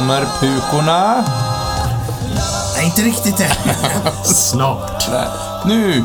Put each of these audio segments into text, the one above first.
kommer pukorna. Nej, inte riktigt det. Snart. Nu.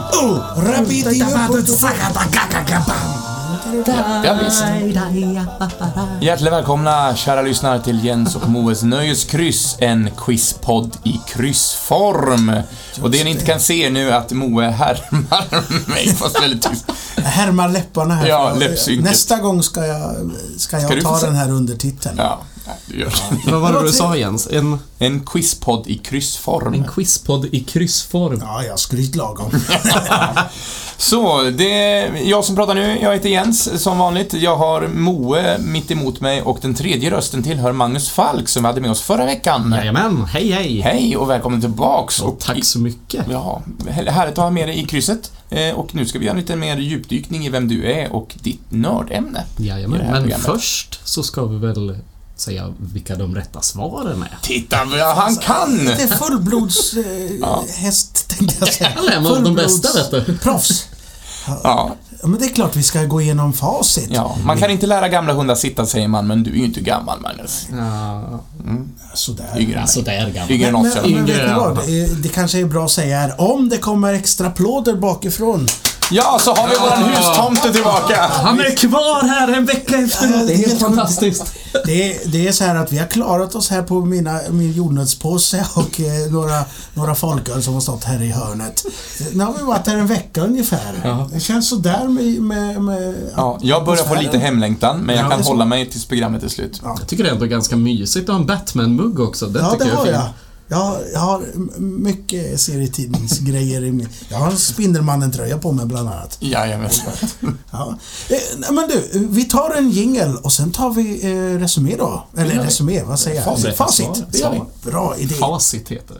Ja, visst. Hjärtligt välkomna, kära lyssnare, till Jens och Moes Nöjeskryss, en quizpodd i kryssform. Och det ni inte kan se nu är att Moe härmar mig, fast väldigt tyst. Jag härmar läpparna här. Ja, läppsynket. Nästa gång ska jag ta den här undertiteln. Ja, du gör det. Vad var det du sa, Jens? En quizpodd i kryssform. En quizpodd i kryssform. Ja, jag skryt lagom. Så, det är jag som pratar nu. Jag heter Jens, som vanligt. Jag har Moe mitt emot mig, och den tredje rösten tillhör Magnus Falk, som vi hade med oss förra veckan. Jajamän, hej hej. Hej och välkommen tillbaks. Och tack så mycket. Ja, härligt att ha med dig i krysset. Och nu ska vi göra lite mer djupdykning i vem du är och ditt nördämne. Jajamän, men först så ska vi väl säga vilka de rätta svaren är. Titta vad han kan! Det är fullblods häst, tänkte jag säga. Han är de bästa, vet du. Proffs. Ja. Men det är klart vi ska gå igenom facit. Ja, man kan inte lära gamla hundar sitta, säger man, men du är ju inte gammal, Magnus. Ja. Sådär. Sådär gammal. Yngre än oss, men vet ni vad? Det kanske är bra att säga här, om det kommer extra plåder bakifrån. Ja, så har vi våran hustomte tillbaka. Han är kvar här en vecka efteråt. Det är helt fantastiskt. Det är så här att vi har klarat oss här på min jordnötspåse och några folköl som har stått här i hörnet. Nu har vi varit här en vecka ungefär. Ja. Det känns så där med Ja, jag börjar få lite hemlängtan, men jag kan hålla mig tills programmet är slut. Ja. Jag tycker det är ändå ganska mysigt att ha en Batman-mugg också. Det tycker jag är fint. Jag har mycket serietidningsgrejer i min. Jag har en Spindelmannen-tröja på mig bland annat. Jajamän. Ja. Men du, vi tar en jingle och sen tar vi resumé då. Eller resumé, vad säger jag? Facit. Det gör vi. Bra idé. Facit heter det.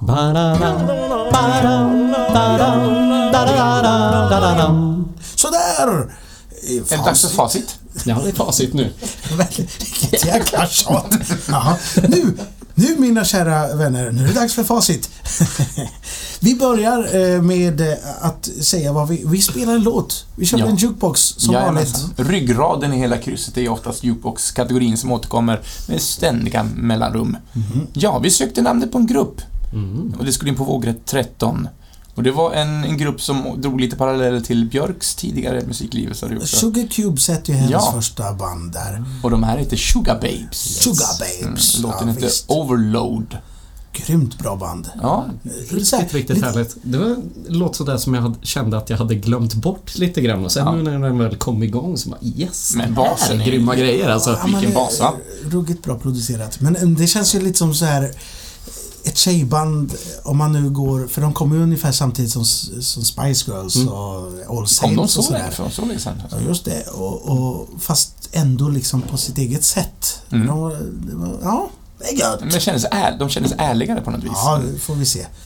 Sådär! Är det dags för facit? Ja, det är facit nu. Vilket jäkla tjat. Ja. Nu mina kära vänner, nu är det dags för facit. Vi börjar med att säga vad vi spelar en låt. Vi kör en jukebox som vanligt. Ryggraden i hela krysset är oftast jukebox-kategorin som återkommer med ständiga mellanrum. Ja, vi sökte namnet på en grupp. Och det skulle in på vågrätt 13. Och det var en grupp som drog lite paralleller till Björks tidigare musikliv. Sugar Cube sätter ju hennes första band där. Och de här heter Sugar Babes. Sugar Babes. Låten heter Overload. Grymt bra band. Ja, riktigt härligt. Det var en låt sådär som jag kände att jag hade glömt bort lite grann. Och sen nu när den väl kom igång så bara, yes, men basen är grymma grejer alltså. Vilken bas, va? Ruggigt bra producerat. Men det känns ju lite som så här ett tjejband, om man nu går, för de kommer ju ungefär samtidigt som Spice Girls och All Saints och sådär. Ja, just det. Och fast ändå liksom på sitt eget sätt. Ja, det är gött. Men de kändes ärligare på något vis. Ja, det får vi se.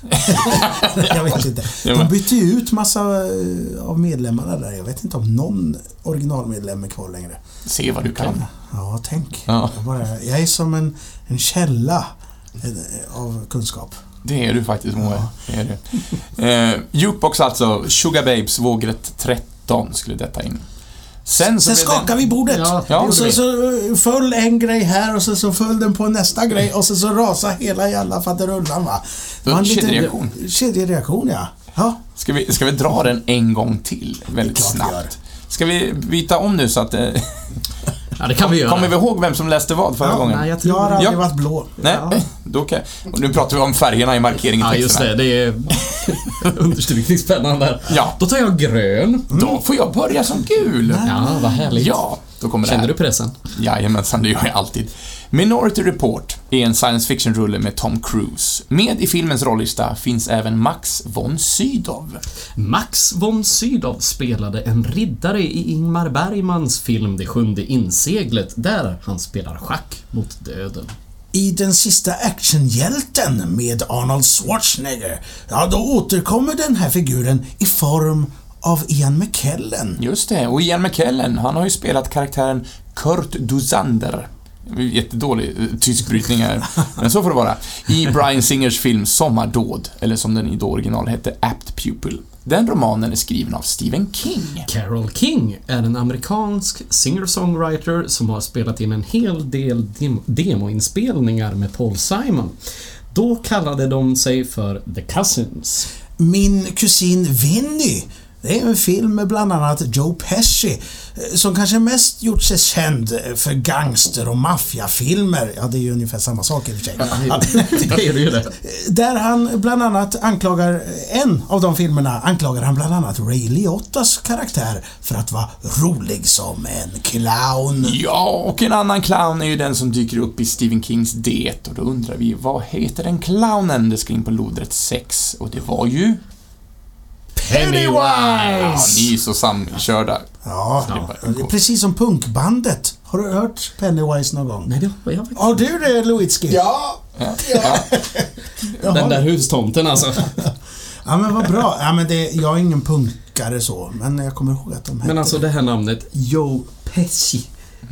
Jag vet inte. De bytte ju ut massa av medlemmarna där. Jag vet inte om någon originalmedlem är kvar längre. Se vad du kan. Ja, tänk. Ja. Jag är som en källa av kunskap. Det är du faktiskt, Moe. Ja. Det är du. Jukebox alltså, Sugar Babes, vågrätt 13 skulle detta in. Sen skakar vi bordet. Ja, och så föll en grej här och så föll den på nästa grej och så rasade hela jävla fatterullan, va? Kedjereaktion, ja. Ska vi dra den en gång till väldigt snabbt? Ska vi byta om nu så att ja, det kan vi göra. Kommer vi ihåg vem som läste vad förra gången? Nej, jag har aldrig varit blå. Nej, då kan. Och nu pratar vi om färgerna i markeringen. Ja, just det. Det är understrykningsspännande. Ja. Då tar jag grön. Då får jag börja som gul. Ja, vad härligt. Ja, då kommer Känner du pressen? Jajamensan, det gör jag alltid. Minority Report är en science fiction-rulle med Tom Cruise. Med i filmens rollista finns även Max von Sydow. Max von Sydow spelade en riddare i Ingmar Bergmans film Det sjunde inseglet, där han spelar schack mot döden. I den sista actionhjälten med Arnold Schwarzenegger, då återkommer den här figuren i form av Ian McKellen. Just det, och Ian McKellen, han har ju spelat karaktären Kurt Dusander Jättedålig tyskbrytning här. Men så får det vara. I Bryan Singers film Sommardåd, eller som den i det original hette, Apt Pupil. Den romanen är skriven av Stephen King. Carole King är en amerikansk singer-songwriter som har spelat in en hel del demoinspelningar med Paul Simon. Då kallade de sig för The Cousins. Min kusin Vinny. Det är en film med bland annat Joe Pesci som kanske mest gjort sig känd för gangster- och maffiafilmer. Ja, det är ju ungefär samma sak i och för sig. Det är ju det. Där han bland annat anklagar, en av de filmerna anklagar han bland annat Ray Liottas karaktär för att vara rolig som en clown. Ja, och en annan clown är ju den som dyker upp i Stephen Kings Det. Och då undrar vi, vad heter den clownen? Det ska in på lodrätt 6. Och det var ju... Pennywise! Ja, ni är så samkörda. Ja, det är precis som punkbandet. Har du hört Pennywise någon gång? Nej, det har jag faktiskt. Har du det, Lewitsky? Ja. Den där hustomten alltså. Ja, men vad bra. Ja, men jag är ingen punkare så, men jag kommer ihåg att de hette... Men alltså det här namnet, Joe Pesci.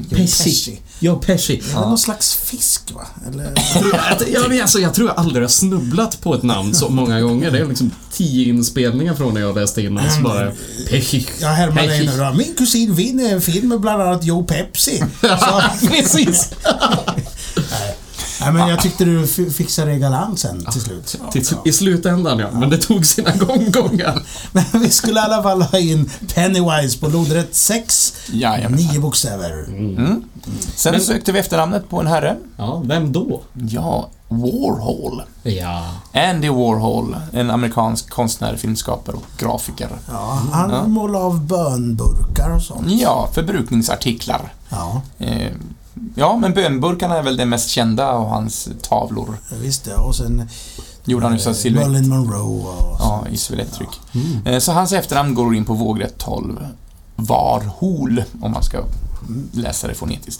Joe Pesci. Det är någon slags fisk, va? Eller... Jag tror jag aldrig har snubblat på ett namn så många gånger. Det är liksom 10 inspelningar från när jag läste in och så bara Pesci. Jag härmar dig nu då. Min kusin Vin är en film med bland annat Joe Pepsi. Så... Precis. Nej, men jag tyckte du fixade det galant sen till slut. I slutändan, ja. Men det tog sina gånger. Men vi skulle i alla fall ha in Pennywise på lodrätt 6. 9 bokstäver. Sen sökte vi efternamnet på en herre. Ja, vem då? Ja, Warhol. Ja. Andy Warhol, en amerikansk konstnär, filmskapare och grafiker. Ja, han målar av bönburkar och sånt. Ja, förbrukningsartiklar. Ja. Ja, men bönburkarna är väl det mest kända av hans tavlor. Ja, visst det. Och sen gjorde han ju så silhuett. Marilyn Monroe och ja, i silhuettryck. Så hans efternamn går in på vågrätt 12. Warhol, om man ska läsa det fonetiskt.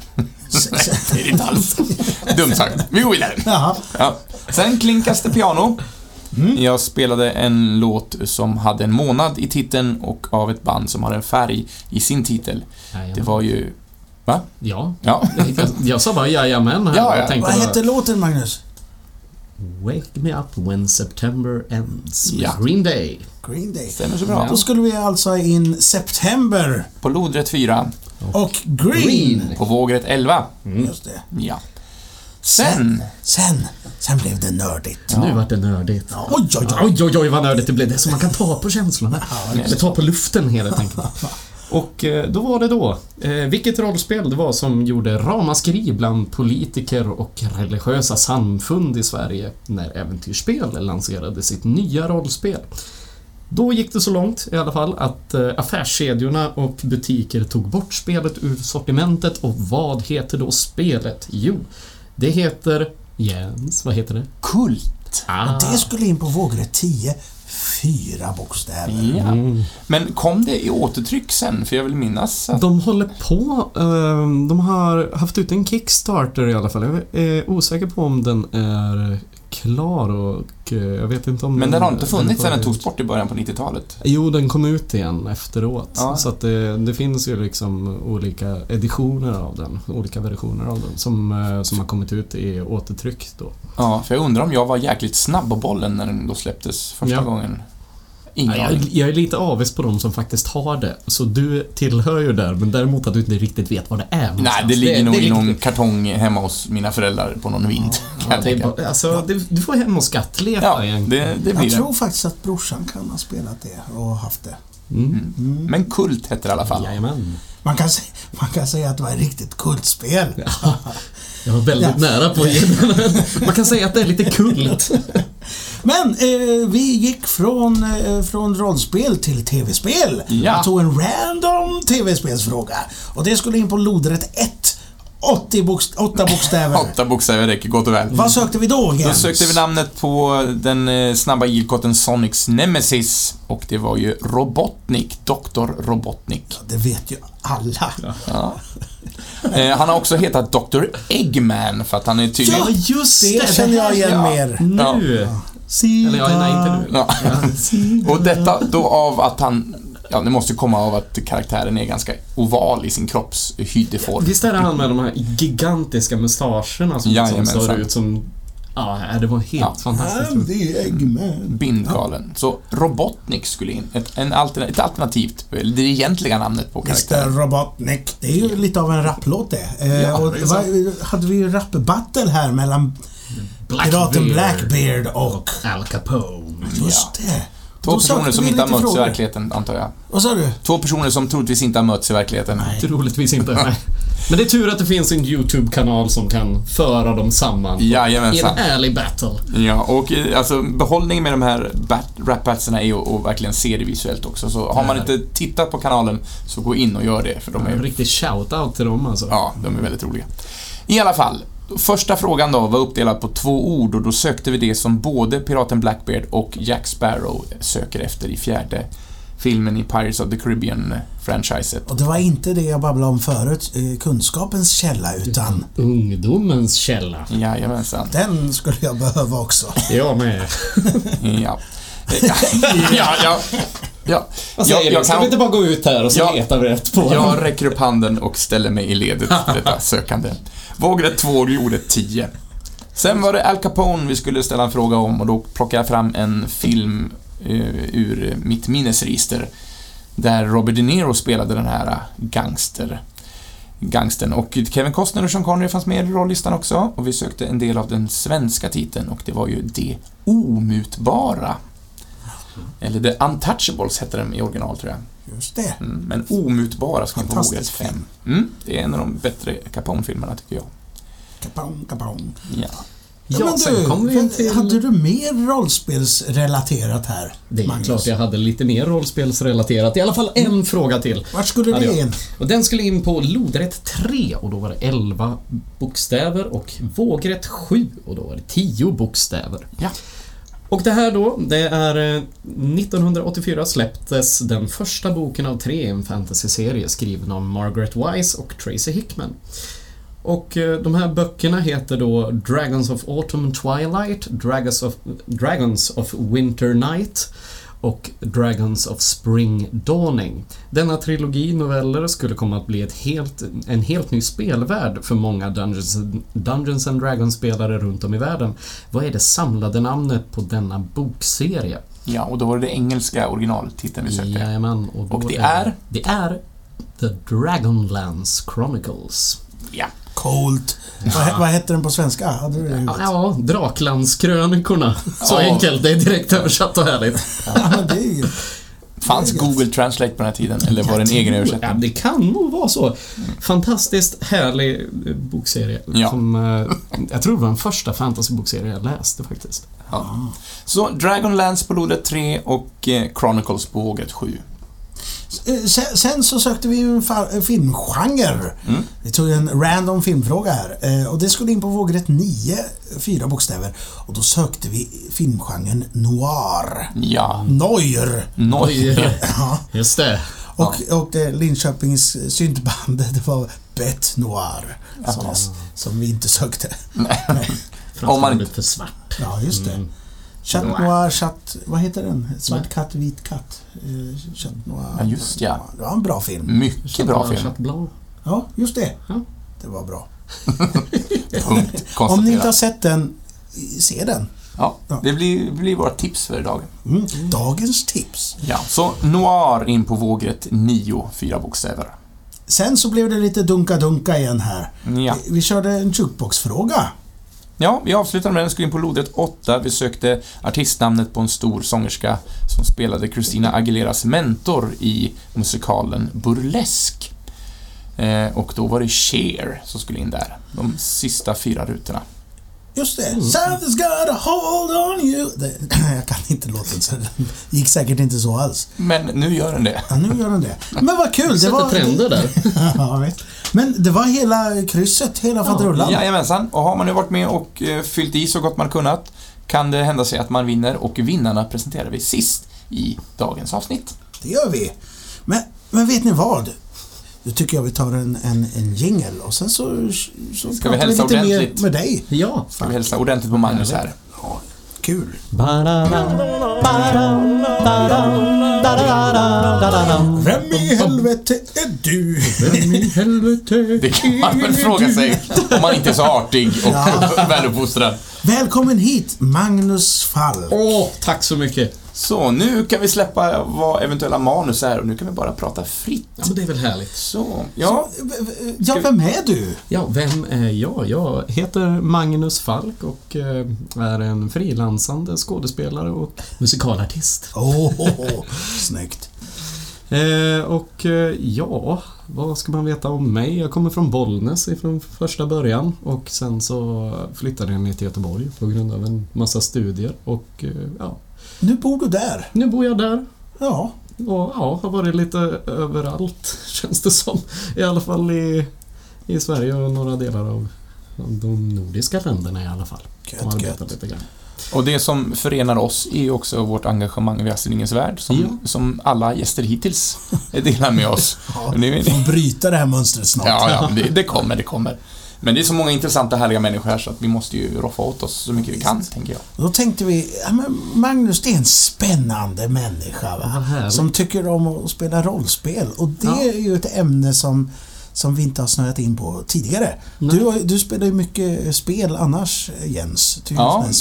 Det är inte alls dumt sagt. Vi går vidare. Ja. Sen klinkas det piano. Jag spelade en låt som hade en månad i titeln och av ett band som har en färg i sin titel. Det var ju... Va? Ja. Jag sa bara jajamän här. Ja. Vad hette låten, Magnus? Wake me up when September ends. Ja. Green Day. Stämmer så bra. Då skulle vi alltså ha in September. På lodrätt 4. Och Green. På vågrätt 11. Just det. Ja. Sen blev det nördigt. Ja. Nu vart det nördigt. Oj, vad nördigt det blev. Det är som man kan ta på känslorna. Eller ta på luften helt enkelt. Och då var det då vilket rollspel det var som gjorde ramaskri bland politiker och religiösa samfund i Sverige när Äventyrsspel lanserade sitt nya rollspel. Då gick det så långt i alla fall att affärskedjorna och butiker tog bort spelet ur sortimentet. Och vad heter då spelet? Jo, det heter... Jens, vad heter det? Kult. Och det skulle in på vågrätt 10. 4 bokstäver. Ja. Men kom det i återtryck sen? För jag vill minnas att... De håller på... de har haft ut en Kickstarter i alla fall. Jag är osäker på om den är klar och jag vet inte om... Men den har inte funnits sen den togs bort i början på 90-talet? Jo, den kom ut igen efteråt. Ja. Så att det finns ju liksom olika editioner av den. Olika versioner av den som har kommit ut i återtryck då. Ja, för jag undrar om jag var jäkligt snabb på bollen när den då släpptes första gången. Jag är lite avis på dem som faktiskt har det. Så du tillhör ju där, men däremot att du inte riktigt vet vad det är någonstans. Nej, det ligger nog i någon kartong hemma hos mina föräldrar på någon vind. Du får hem och skattleta. Ja, det blir jag tror faktiskt att brorsan kan ha spelat det och haft det. Men Kult heter det i alla fall. Jajamän. Man kan säga att det var ett riktigt kultspel. Ja, jag var väldigt nära på man kan säga att det är lite kult. Men vi gick från rollspel till tv-spel. Ja. Jag tog en random tv-spelsfråga. Och det skulle in på lodrätt 1. 8 bokstäver. 8 bokstäver räcker gott och väl. Vad sökte vi då, Jens? Då sökte vi namnet på den snabba ilkotten Sonics Nemesis. Och det var ju Robotnik, Dr. Robotnik. Ja, det vet ju alla. Ja. Han har också hetat Dr. Eggman för att han är tydligen... Ja, just det känner jag igen mer. Nu. Ja. Eller nej, inte nu. Ja. Och detta då av att han Ja, det måste komma av att karaktären är ganska oval i sin kroppshyddeform. Visst är det han med de här gigantiska mustascherna som ser ut som... Ja, det var helt fantastiskt. Det är Eggman. Bindgalen. Så Robotnik skulle in. Ett alternativt, det egentliga namnet på karaktären. Mr. Robotnik. Det är ju lite av en rapplåt det. Och hade vi ju rap-battle här mellan piraten Blackbeard och Al Capone. Just det. Två personer som inte har mötts i verkligheten, antar jag. Vad sa du? Två personer som troligtvis inte har mötts i verkligheten. Nej. Troligtvis inte, nej. Men det är tur att det finns en YouTube-kanal som kan föra dem samman i en ärlig battle. Ja, och alltså behållningen med de här rap-battlesarna är ju att verkligen se det visuellt också. Så har man inte tittat på kanalen så gå in och gör det. För de är en riktig shout-out till dem alltså. Ja, de är väldigt roliga. I alla fall, första frågan då var uppdelad på 2 ord och då sökte vi det som både piraten Blackbeard och Jack Sparrow söker efter i 4:e filmen i Pirates of the Caribbean-franchiset. Och det var inte det jag babblade om förut, kunskapens källa, utan... Ungdomens källa. Jajamensan. Den skulle jag behöva också. Jag med. Ja. Ja. Vad säger du? Ska vi inte bara gå ut här och så letar vi rätt på Jag räcker upp handen och ställer mig i ledet för detta sökande. Vågrätt 2 gjorde 10. Sen var det Al Capone vi skulle ställa en fråga om och då plockade jag fram en film ur mitt minnesregister där Robert De Niro spelade den här gangstern och Kevin Costner och Sean Connery fanns med i rollistan också och vi sökte en del av den svenska titeln och det var ju Det omutbara. Eller The Untouchables heter den i original, tror jag. Just det. Men omutbara ska man få våga 5. Det är en av de bättre Capone-filmerna, tycker jag. Capone. Ja. Men du, hade du mer rollspelsrelaterat här? Det är Magnus? klart jag hade lite mer rollspelsrelaterat. I alla fall en fråga till. Vart skulle det in? Och den skulle in på lodrätt 3 och då var det 11 bokstäver och vågrätt 7 och då var det 10 bokstäver. Ja. Och det här då, det är 1984 släpptes den första boken av 3 i en fantasy-serie skriven av Margaret Wise och Tracy Hickman. Och de här böckerna heter då Dragons of Autumn and Twilight, Dragons of Winter Night och Dragons of Spring Dawning. Denna trilogi noveller skulle komma att bli en helt ny spelvärld för många Dungeons and Dragons-spelare runt om i världen. Vad är det samlade namnet på denna bokserie? Ja, och då var det engelska originaltiteln vi sökte. Jajamän, och det är The Dragonlance Chronicles. Ja. Coolt. Vad heter den på svenska? Hade du det? Ja, Draklandskrönikorna. Så enkelt, det är direkt översatt och härligt. Ja, det är ju... Fanns Google Translate på den här tiden? Eller var det en egen översättning? Ja, det kan nog vara så. Fantastiskt härlig bokserie. Ja. Som, jag tror det var den första fantasybokserie jag läste faktiskt. Ja. Så Dragonlance på lodrätt 3 och Chronicles på vågrätt 7. Sen så sökte vi en filmgenre. Vi tog en random filmfråga här. Och det skulle in på vågrätt 9, 4 bokstäver. Och då sökte vi filmgenren noir. Ja. Noir. Ja. Just det. Och det Linköpings syntband, det var Bet Noir. Som vi inte sökte. Nej. Om man inte för svart. Ja, just det. Chat noir, vad heter den? Svart katt, vit katt. Chat noir. Ja, just ja. Det var en bra film. Mycket bra film. Ja, just det. Ja. Det var bra. Om ni inte har sett den, se den. Ja, det blir våra tips för idag. Dagens tips. Ja, så noir in på vågrätt 9, 4 bokstäver. Sen så blev det lite dunka igen här. Ja. Vi körde en jukebox-fråga. Ja, vi avslutade med den, skulle in på lodrätt 8. Vi sökte artistnamnet på en stor sångerska som spelade Christina Aguileras mentor i musikalen Burlesque. Och då var det Cher som skulle in där. De sista 4 rutorna. Just det. Something's got a hold on you. Jag kan inte låten, så det gick säkert inte så alls. Men nu gör den det. Ja, nu gör den det. Men vad kul. Det var trender där. Ja, vet. Men det var hela krysset, hela faderullan. Jajamensan. Och har man nu varit med och fyllt i så gott man kunnat kan det hända sig att man vinner, och vinnarna presenterar vi sist i dagens avsnitt. Det gör vi. Men vet ni vad? Då tycker jag vi tar en jingle och sen så ska vi hälsa lite ordentligt mer med dig. Ja, ska vi hälsa ordentligt på Magnus här. Ja, kul. Vem i helvete är du? Vem i helvete? Det kan man väl fråga sig om man inte är så artig och väluppfostrad. Välkommen hit, Magnus Falk. Tack så mycket. Så, nu kan vi släppa vad eventuella manus är och nu kan vi bara prata fritt. Ja, men det är väl härligt. Så, ja. Ja, vem är du? Ja, vem är jag? Jag heter Magnus Falk och är en frilansande skådespelare och musikalartist. Snyggt. Ja, vad ska man veta om mig? Jag kommer från Bollnäs från första början och sen så flyttade jag ner till Göteborg på grund av en massa studier och ja. Nu bor du där. Nu bor jag där. Ja. Och ja, har varit lite överallt känns det som. I alla fall i Sverige och några delar av de nordiska länderna i alla fall. Gött. Lite grann. Och det som förenar oss är också vårt engagemang i Astrid Lindgrens Värld som alla gäster hittills delar med oss. Ja, vi får bryta det här mönstret snart. Ja, det kommer. Men det är så många intressanta, härliga människor här så att vi måste ju roffa åt oss så mycket vi kan, tänker jag. Då tänkte vi, men Magnus, det är en spännande människa, va? Som tycker om att spela rollspel. Och det är ju ett ämne som vi inte har snöat in på tidigare. Du spelar ju mycket spel annars, Jens. Du är en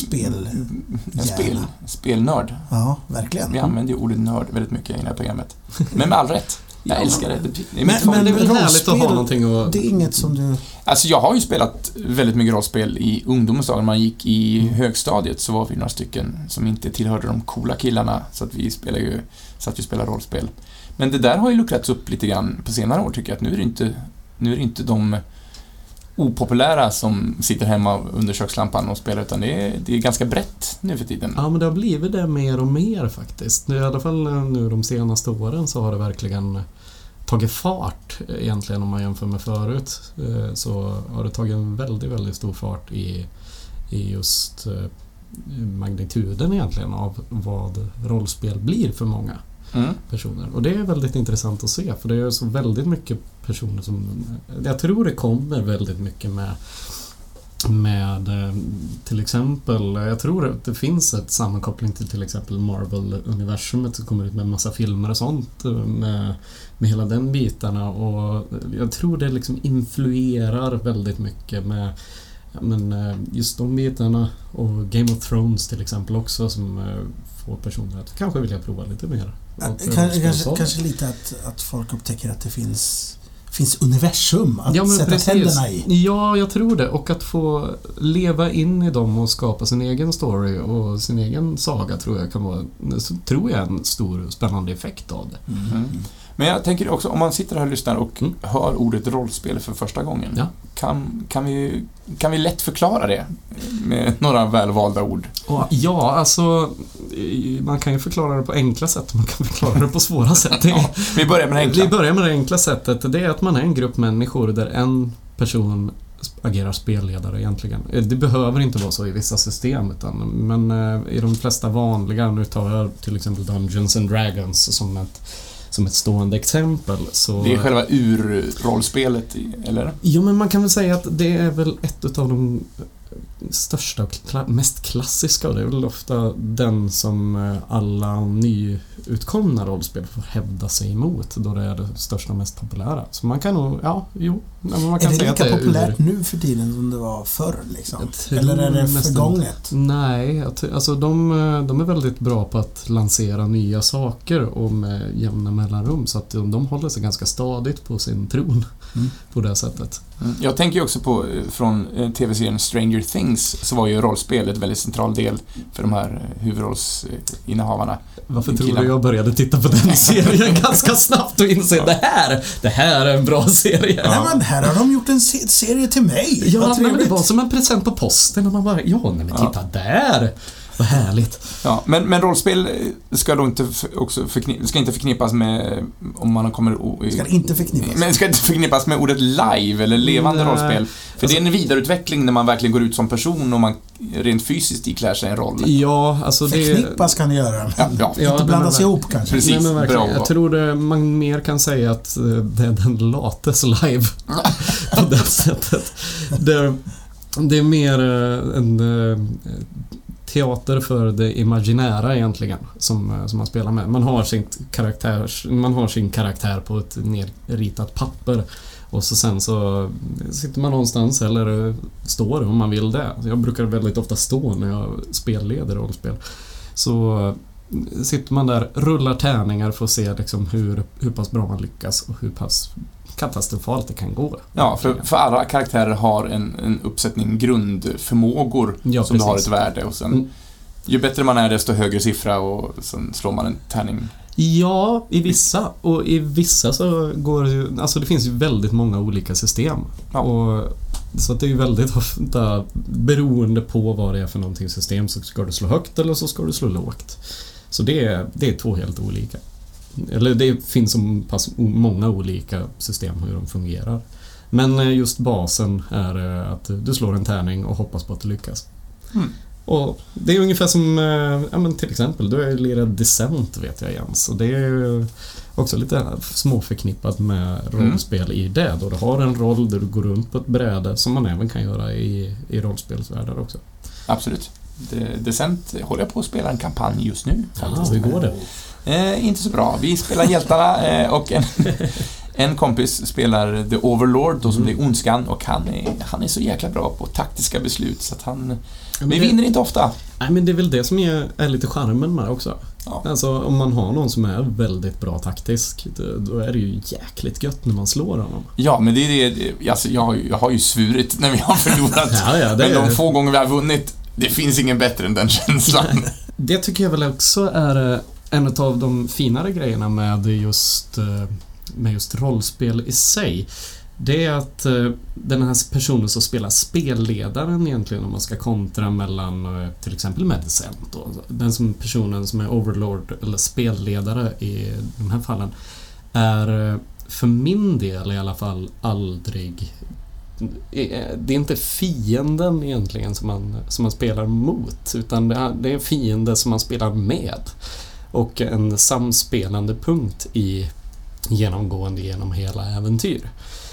spelnörd. Ja, verkligen. Vi använder ju ordet nörd väldigt mycket i det här programmet. Men med all rätt. Jag älskar det. Men det är väl härligt att ha någonting att... Det är inget som du... Alltså jag har ju spelat väldigt mycket rollspel i ungdomens dagar. När man gick i högstadiet så var vi några stycken som inte tillhörde de coola killarna. Så att vi spelade rollspel. Men det där har ju luckrats upp lite grann på senare år, tycker jag. Att nu är det inte de opopulära som sitter hemma under kökslampan och spelar, utan det är ganska brett nu för tiden. Ja, men det har blivit det mer och mer faktiskt. I alla fall nu de senaste åren så har det verkligen tagit fart egentligen om man jämför med förut. Så har det tagit en väldigt, väldigt stor fart i just magnituden egentligen av vad rollspel blir för många personer. Och det är väldigt intressant att se, för det är så väldigt mycket personer som... Jag tror det kommer väldigt mycket med till exempel, jag tror att det finns ett sammankoppling till exempel Marvel-universumet som kommer ut med en massa filmer och sånt med hela den bitarna, och jag tror det liksom influerar väldigt mycket med just de bitarna, och Game of Thrones till exempel också, som får personer att kanske vilja prova lite mer. Kanske lite att folk upptäcker att det finns universum att sätta tänderna i. Ja, jag tror det. Och att få leva in i dem och skapa sin egen story och sin egen saga tror jag kan vara en stor spännande effekt av det. Men jag tänker också, om man sitter här och lyssnar och hör ordet rollspel för första gången, kan vi lätt förklara det med några välvalda ord? Ja, alltså man kan ju förklara det på enkla sätt, man kan förklara det på svåra sätt. Vi börjar med det enkla. Vi börjar med det enkla sättet. Det är att man är en grupp människor där en person agerar spelledare egentligen. Det behöver inte vara så i vissa system, men i de flesta vanliga, nu tar jag till exempel Dungeons and Dragons som ett stående exempel. Så... Det är själva urrollspelet, eller? Jo, men man kan väl säga att det är väl ett av de största och mest klassiska, och det är väl ofta den som alla nyutkomna rollspel får hävda sig emot, då det är det största och mest populära. Så man kan nog, man kan är säga det lika att populärt nu för tiden som det var förr liksom? Eller är det förgånget? Nej, alltså de är väldigt bra på att lansera nya saker och med jämna mellanrum, så att de håller sig ganska stadigt på sin tron på det sättet. Jag tänker ju också på, från tv-serien Stranger Things, så var ju rollspel ett väldigt central del för de här huvudrollsinnehavarna. Varför tror du jag började titta på den serien ganska snabbt och inse det här är en bra serie? Nej, men här har de gjort en serie till mig. Ja, men det var som en present på posten och man bara, titta där. Vad härligt. Ja, men rollspel ska då inte också förknippas med, om man kommer ska inte förknippas med ordet live eller levande rollspel. För det är en vidareutveckling när man verkligen går ut som person och man rent fysiskt iklär sig en roll. Ja, alltså förknippas kan det göra. Inte blandas ihop kanske. Precis, bra. Jag tror man mer kan säga att det är den lates live på det sättet. Det är mer en teater för det imaginära egentligen som man spelar med. Man har sin karaktär på ett nerritat papper och så sen så sitter man någonstans eller står om man vill det. Jag brukar väldigt ofta stå när jag spelleder rollspel. Så sitter man där, rullar tärningar för att se liksom hur pass bra man lyckas och hur pass katastrofalt det kan gå. Ja, för alla karaktärer har en uppsättning grundförmågor som har ett värde och sen ju bättre man är desto högre siffra och sen slår man en tärning. Ja, i vissa. Och i vissa så går det ju... Alltså det finns ju väldigt många olika system. Ja. Och så att det är ju väldigt ofta beroende på vad det är för någonting system, så ska du slå högt eller så ska du slå lågt. Så det är två helt olika. Eller det finns så pass många olika system hur de fungerar. Men just basen är att du slår en tärning och hoppas på att det lyckas. Och det är ungefär som men till exempel, du är lirad Descent vet jag Jens. Och det är ju också lite småförknippat med rollspel i det. Då du har en roll där du går runt på ett bräde som man även kan göra i rollspelsvärldar också. Absolut. Descent håller jag på att spela en kampanj just nu. Hur går det? Inte så bra. Vi spelar hjältarna och en kompis spelar The Overlord då, som det är ondskan, och han är så jäkla bra på taktiska beslut så att vi vinner inte ofta. Nej, men det är väl det som är lite charmen med också. Ja. Alltså om man har någon som är väldigt bra taktisk, då är det ju jäkligt gött när man slår honom. Ja, men det är det. Alltså, jag har ju svurit när vi har förlorat. Men de få gånger vi har vunnit, det finns ingen bättre än den känslan. Det tycker jag väl också är en av de finare grejerna med just rollspel i sig. Det är att den här personen som spelar spelledaren egentligen, om man ska kontra mellan till exempel Medicent och den personen som är overlord eller spelledare i de här fallen, är för min del i alla fall aldrig, det är inte fienden egentligen som man spelar mot, utan det är en fiende som man spelar med och en samspelande punkt genomgående genom hela äventyr.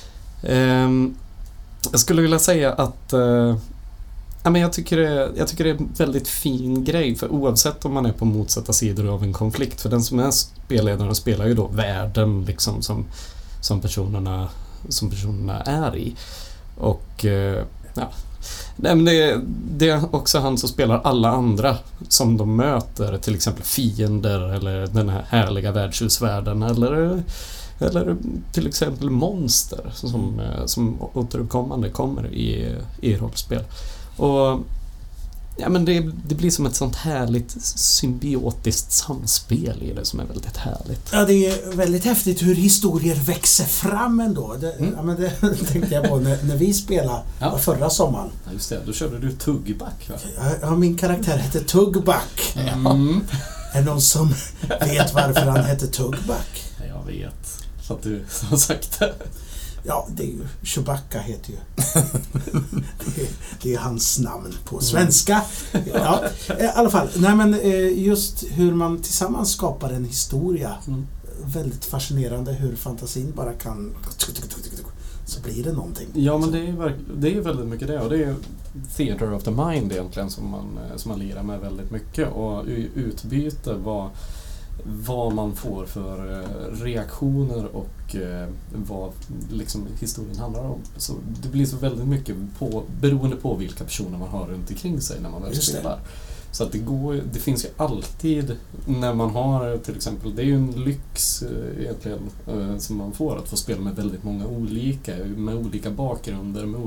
Jag skulle vilja säga att jag tycker det är en väldigt fin grej, för oavsett om man är på motsatta sidor av en konflikt, för den som är spelledaren spelar ju då världen liksom som personerna är i, och nej, men det är också han som spelar alla andra som de möter, till exempel fiender eller den här härliga värdshusvärlden eller till exempel monster som återkommande kommer i rollspel. Och ja, men det blir som ett sånt härligt symbiotiskt samspel i det som är väldigt härligt. Ja, det är väldigt häftigt hur historier växer fram ändå. Det tänkte jag på när vi spelade förra sommaren. Ja, just det. Då körde du Tuggback, va? Ja, min karaktär hette Tuggback. Är det någon som vet varför han hette Tuggback? Jag vet. Så att du har sagt det. Ja, det är ju Chewbacca heter ju. det är hans namn på svenska. Ja, i alla fall. Nej, men just hur man tillsammans skapar en historia. Väldigt fascinerande hur fantasin bara kan, så blir det någonting. Ja, men det är väldigt mycket det, och det är theater of the mind egentligen som man lirar med väldigt mycket, och utbyte vad man får för reaktioner och vad liksom historien handlar om. Så det blir så väldigt mycket beroende på vilka personer man har runt omkring sig när man väl spelar. Så att det finns ju alltid, när man har till exempel, det är ju en lyx egentligen som man får, att få spela med väldigt många olika, med olika bakgrunder, med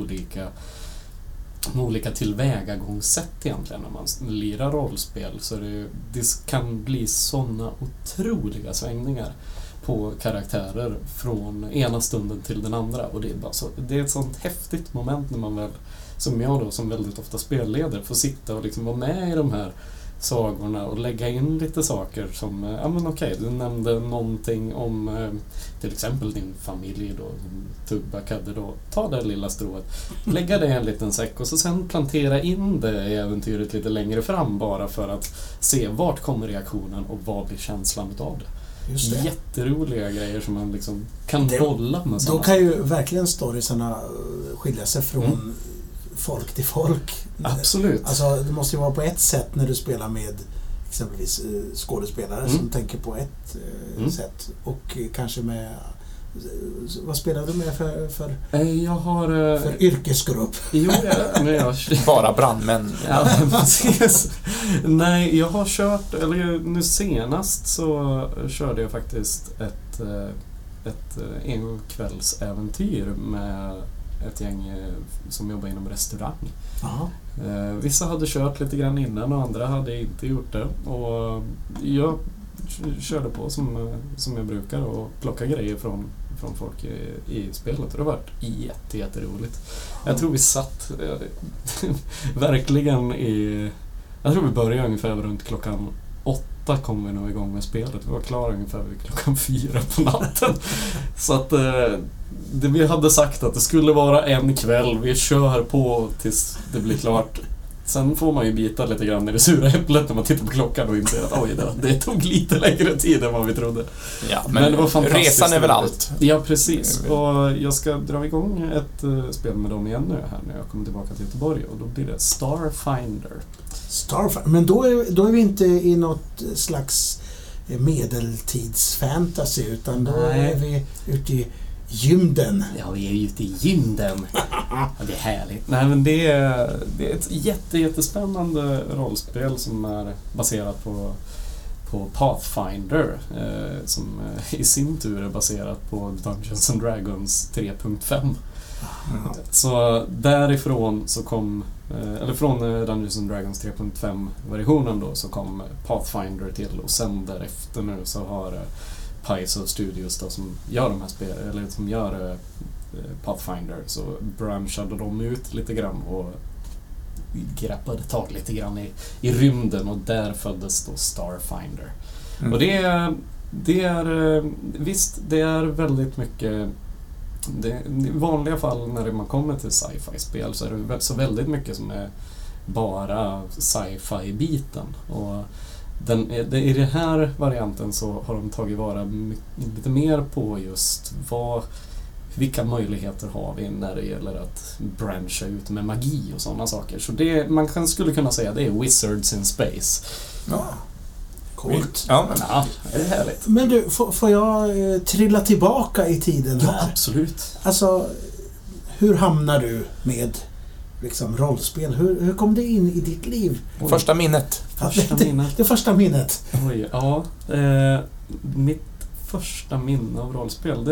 olika tillvägagångssätt egentligen när man lirar rollspel. Så det kan bli såna otroliga svängningar på karaktärer från ena stunden till den andra, och det är ett sånt häftigt moment när man väl, som jag då som väldigt ofta spelleder, får sitta och liksom vara med i de här sagorna och lägga in lite saker som, du nämnde någonting om till exempel din familj då, Tuggback hade då, ta det lilla strået, lägga det i en liten säck och så sen plantera in det i äventyret lite längre fram, bara för att se vart kommer reaktionen och vad blir känslan av det. Just det. Jätteroliga grejer som man liksom kan bolla med. Då kan ju verkligen storiesarna skilja sig från folk till folk. Absolut. Alltså det måste ju vara på ett sätt när du spelar med exempelvis skådespelare som tänker på ett sätt och kanske med vad spelar du med för jag har för yrkesgrupp? Jo, bara brandmän. Ja, precis. Nej, jag har kört, eller nu senast så körde jag faktiskt ett enkvällsäventyr med ett gäng som jobbar inom restaurang. Aha. Vissa hade kört lite grann innan och andra hade inte gjort det. Och jag körde på som jag brukar och plocka grejer från folk i spelet. Och det har varit jätteroligt. Jag tror vi satt verkligen jag tror vi började ungefär runt klockan 8 kom vi nog igång med spelet. Vi var klara ungefär vid klockan 4 på natten. Så att vi hade sagt att det skulle vara en kväll. Vi kör på tills det blir klart. Sen får man ju bita lite grann i det sura äpplet när man tittar på klockan och inser att det tog lite längre tid än vad vi trodde. Ja, men det var fantastiskt. Resan är väl allt. Ja, precis. Och jag ska dra igång ett spel med dem igen nu här när jag kommer tillbaka till Göteborg och då blir det Starfinder. Men då är vi inte i något slags medeltidsfantasy utan då är vi ute i gymden. Ja, vi är ute i gymden. Ja, det är härligt. Nej, men det är ett jättespännande rollspel som är baserat på Pathfinder som i sin tur är baserat på Dungeons and Dragons 3.5. Så därifrån så kom från Dungeons and Dragons 3.5-versionen då så kom Pathfinder till och sen därefter nu så har Paizo Studios då, som gör de här spelen eller som gör Pathfinder så branchade de ut lite grann och greppade tag lite grann i rymden och där föddes då Starfinder. Och det är visst, det är väldigt mycket i vanliga fall när man kommer till sci-fi-spel så är det så väldigt mycket som är bara sci-fi-biten och i den här varianten så har de tagit vara lite mer på just vilka möjligheter har vi när det gäller att brancha ut med magi och sådana saker. Så man skulle kunna säga det är Wizards in Space. Ja. Coolt. Ja, det är härligt. Men du, får jag trilla tillbaka i tiden här? Ja, absolut. Alltså, hur hamnar du med liksom rollspel? Hur kom det in i ditt liv? Första minnet. Det första minnet. Oj, ja. Mitt första minne av rollspel,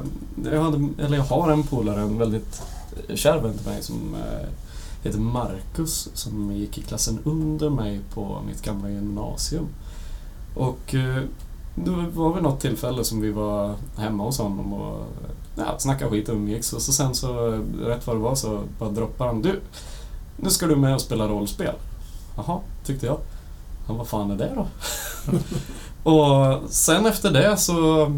jag har en polare, en väldigt kär vän till mig som heter Marcus som gick i klassen under mig på mitt gamla gymnasium. Och det var vid något tillfälle som vi var hemma hos honom och snackade skit och umgicks och så sen så rätt vad det var så bara droppade han: du, nu ska du med och spela rollspel. Jaha, tyckte jag. Han, vad fan är det då? Och sen efter det så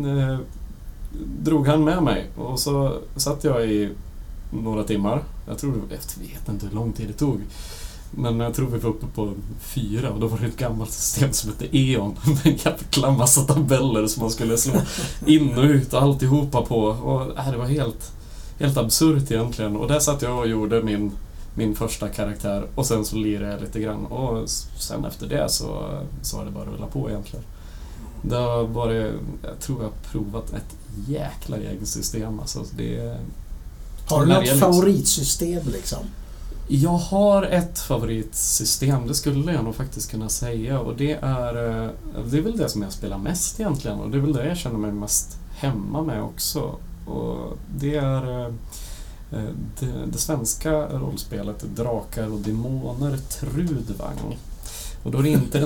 drog han med mig och så satt jag i några timmar. Jag vet inte hur lång tid det tog. Men jag tror vi var uppe på 4 och då var det ett gammalt system som hette E.ON med en jävla massa tabeller som man skulle slå in och ut och alltihopa på. Och det var helt absurt egentligen. Och där satt jag och gjorde min första karaktär och sen så lirade jag lite grann. Och sen efter det så har det bara rullat på egentligen. Det har varit, jag tror jag har provat ett jäkla gäng system. Alltså har du något favoritsystem liksom? Jag har ett favoritsystem, det skulle jag nog faktiskt kunna säga, och det är väl det som jag spelar mest egentligen och det är väl det jag känner mig mest hemma med också, och det är det svenska rollspelet Drakar och Demoner Trudvang. Och då är det inte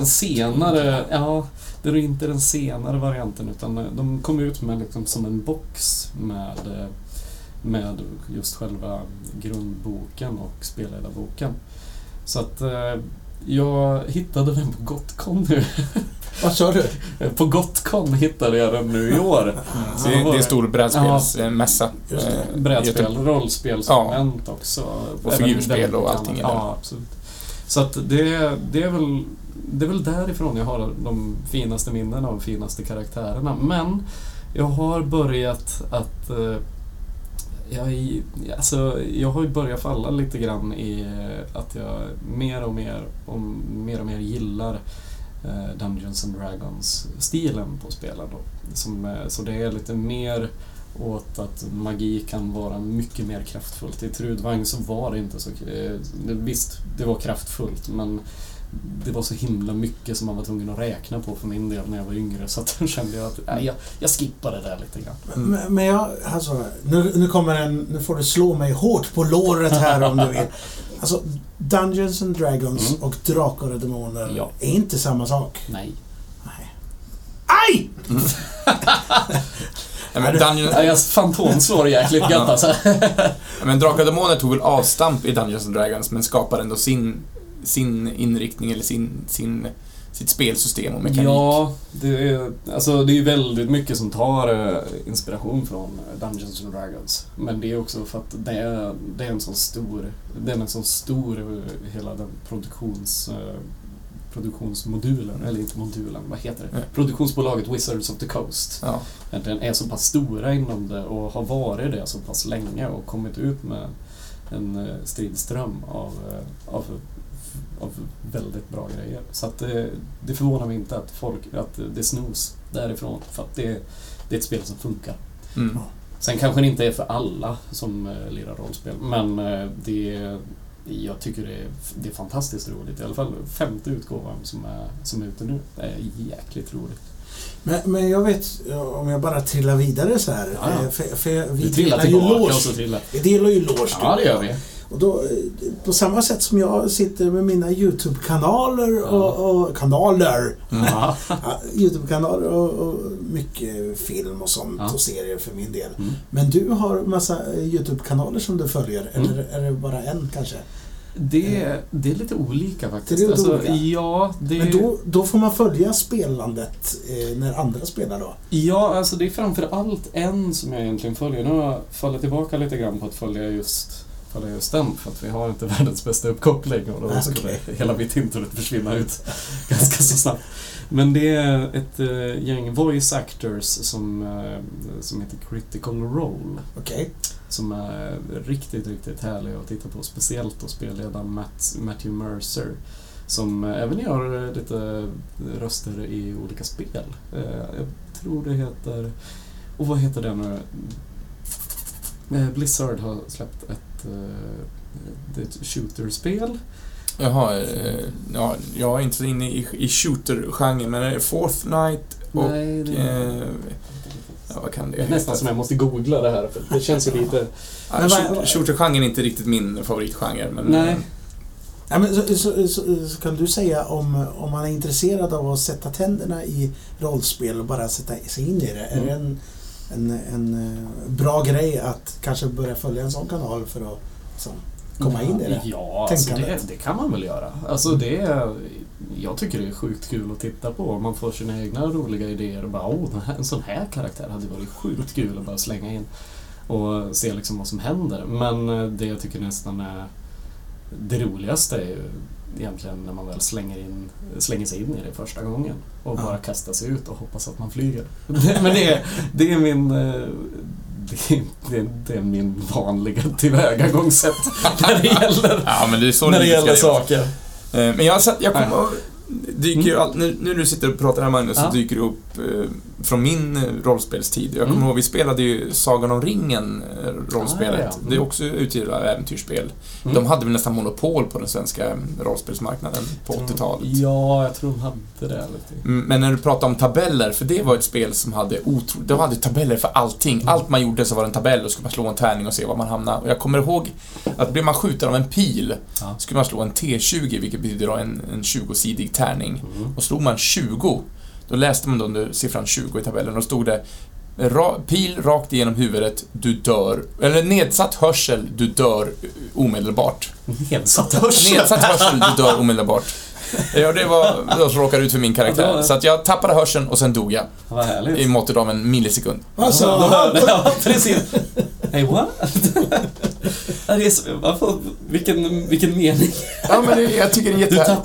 den senare varianten utan de kom ut med liksom som en box med just själva grundboken och spelledarboken. Så att jag hittade den på Gotcon nu. Vad sa du? På Gotcon hittade jag den nu i år. Så det är en stor brädspelsmässa. Brädspel, rollspelsmoment också. Och figurspel och allting. Ja, absolut. Så att det är väl därifrån jag har de finaste minnena och de finaste karaktärerna. Men jag har börjat att Jag har ju börjat falla lite grann i att jag mer och mer gillar Dungeons and Dragons-stilen på spelen då. Så det är lite mer åt att magi kan vara mycket mer kraftfullt. I Trudvang så var det inte så... Visst, det var kraftfullt, men det var så himla mycket som man var tvungen att räkna på för min del när jag var yngre, så att jag kände att jag skippade det där lite grann. Men jag, alltså, nu får du slå mig hårt på låret här om du vill. Alltså, Dungeons and Dragons och Drakar och Demoner är inte samma sak. Nej. Aj! Fantom slår jäkligt gött alltså. Men Drakar och Demoner tog väl avstamp i Dungeons and Dragons, men skapade ändå sin inriktning eller sitt spelsystem och mekanik. Ja, det är ju väldigt mycket som tar inspiration från Dungeons and Dragons. Men det är också för att det är en sån stor hela den produktionsmodulen, eller inte modulen, vad heter det? Produktionsbolaget Wizards of the Coast. Ja. Den är så pass stora inom det och har varit det så pass länge och kommit ut med en stridström av väldigt bra grejer. Så att det förvånar mig inte att det snus därifrån, för att det är ett spel som funkar. Mm. Sen kanske det inte är för alla som lirar rollspel, men jag tycker det är fantastiskt roligt. I alla fall 5:e utgåvan som är ute nu. Det är jäkligt roligt. Men jag vet, om jag bara trillar vidare så här. Ja. För vi delar ju loge. Vi delar ju loge. Ja, det gör vi. Och då, på samma sätt som jag sitter med mina YouTube-kanaler och kanaler. Ja, YouTube-kanaler och mycket film och sånt och serier för min del. Mm. Men du har massa YouTube-kanaler som du följer, eller är det bara en kanske? Det är lite olika faktiskt. Det är olika. Ja, men då får man följa spelandet när andra spelar då? Ja, alltså det är framför en som jag egentligen följer. Nu har jag fallit tillbaka lite grann på att följa just den, för att vi har inte världens bästa uppkoppling och då skulle hela mitt internet försvinna ut ganska så snabbt. Men det är ett gäng voice actors som heter Critical Role. Okej. Som är riktigt, riktigt härliga att titta på. Speciellt då spelledaren Matthew Mercer, som även gör lite röster i olika spel. Jag tror det heter... Och vad heter det nu? Blizzard har släppt ett shooter-spel. Jaha, jag är inte så inne i shooter-genren, men är det Fortnite och... Nej, vad kan det? Det är nästan som jag måste googla det här, för det känns ju lite... Shooter-genren är inte riktigt min favoritgenre, men... Nej. Ja, men så kan du säga om man är intresserad av att sätta tänderna i rollspel och bara sätta sig in i det. Är det en bra grej att kanske börja följa en sån kanal för att komma in i det? Ja, alltså det kan man väl göra. Alltså jag tycker det är sjukt kul att titta på. Man får sina egna roliga idéer och bara, en sån här karaktär hade varit sjukt kul att bara slänga in och se liksom vad som händer. Men det jag tycker nästan är det roligaste är ju egentligen när man väl slänger sig in i det första gången och bara kastar sig ut och hoppas att man flyger. Men det är min vanliga tillvägagångssätt när det gäller saker. Men jag kommer dyker ju nu när du sitter och pratar här, Magnus, så dyker det upp från min rollspelstid. Jag kommer ihåg, vi spelade ju Sagan om ringen rollspelet. Det är också utgivna äventyrsspel. De hade väl nästan monopol på den svenska rollspelsmarknaden på 80-talet. Ja, jag tror de hade det. Men när du pratar om tabeller, för det var ett spel som hade de hade tabeller för allting. Allt man gjorde så var en tabell och skulle man slå en tärning och se var man hamnade. Och jag kommer ihåg att blir man skjuten av en pil skulle man slå en T20, vilket betyder en 20-sidig tärning. Och slog man 20, då läste man då under siffran 20 i tabellen och stod det pil rakt igenom huvudet, du dör. Eller nedsatt hörsel, du dör omedelbart. Nedsatt hörsel, du dör omedelbart. Ja, det var då som råkade ut för min karaktär. Så att jag tappade hörseln och sen dog jag. Vad härligt. I måttet av en millisekund. Alltså, ja, precis. Hey, what? Vilken mening. Ja, men jag tycker det är jättehärligt.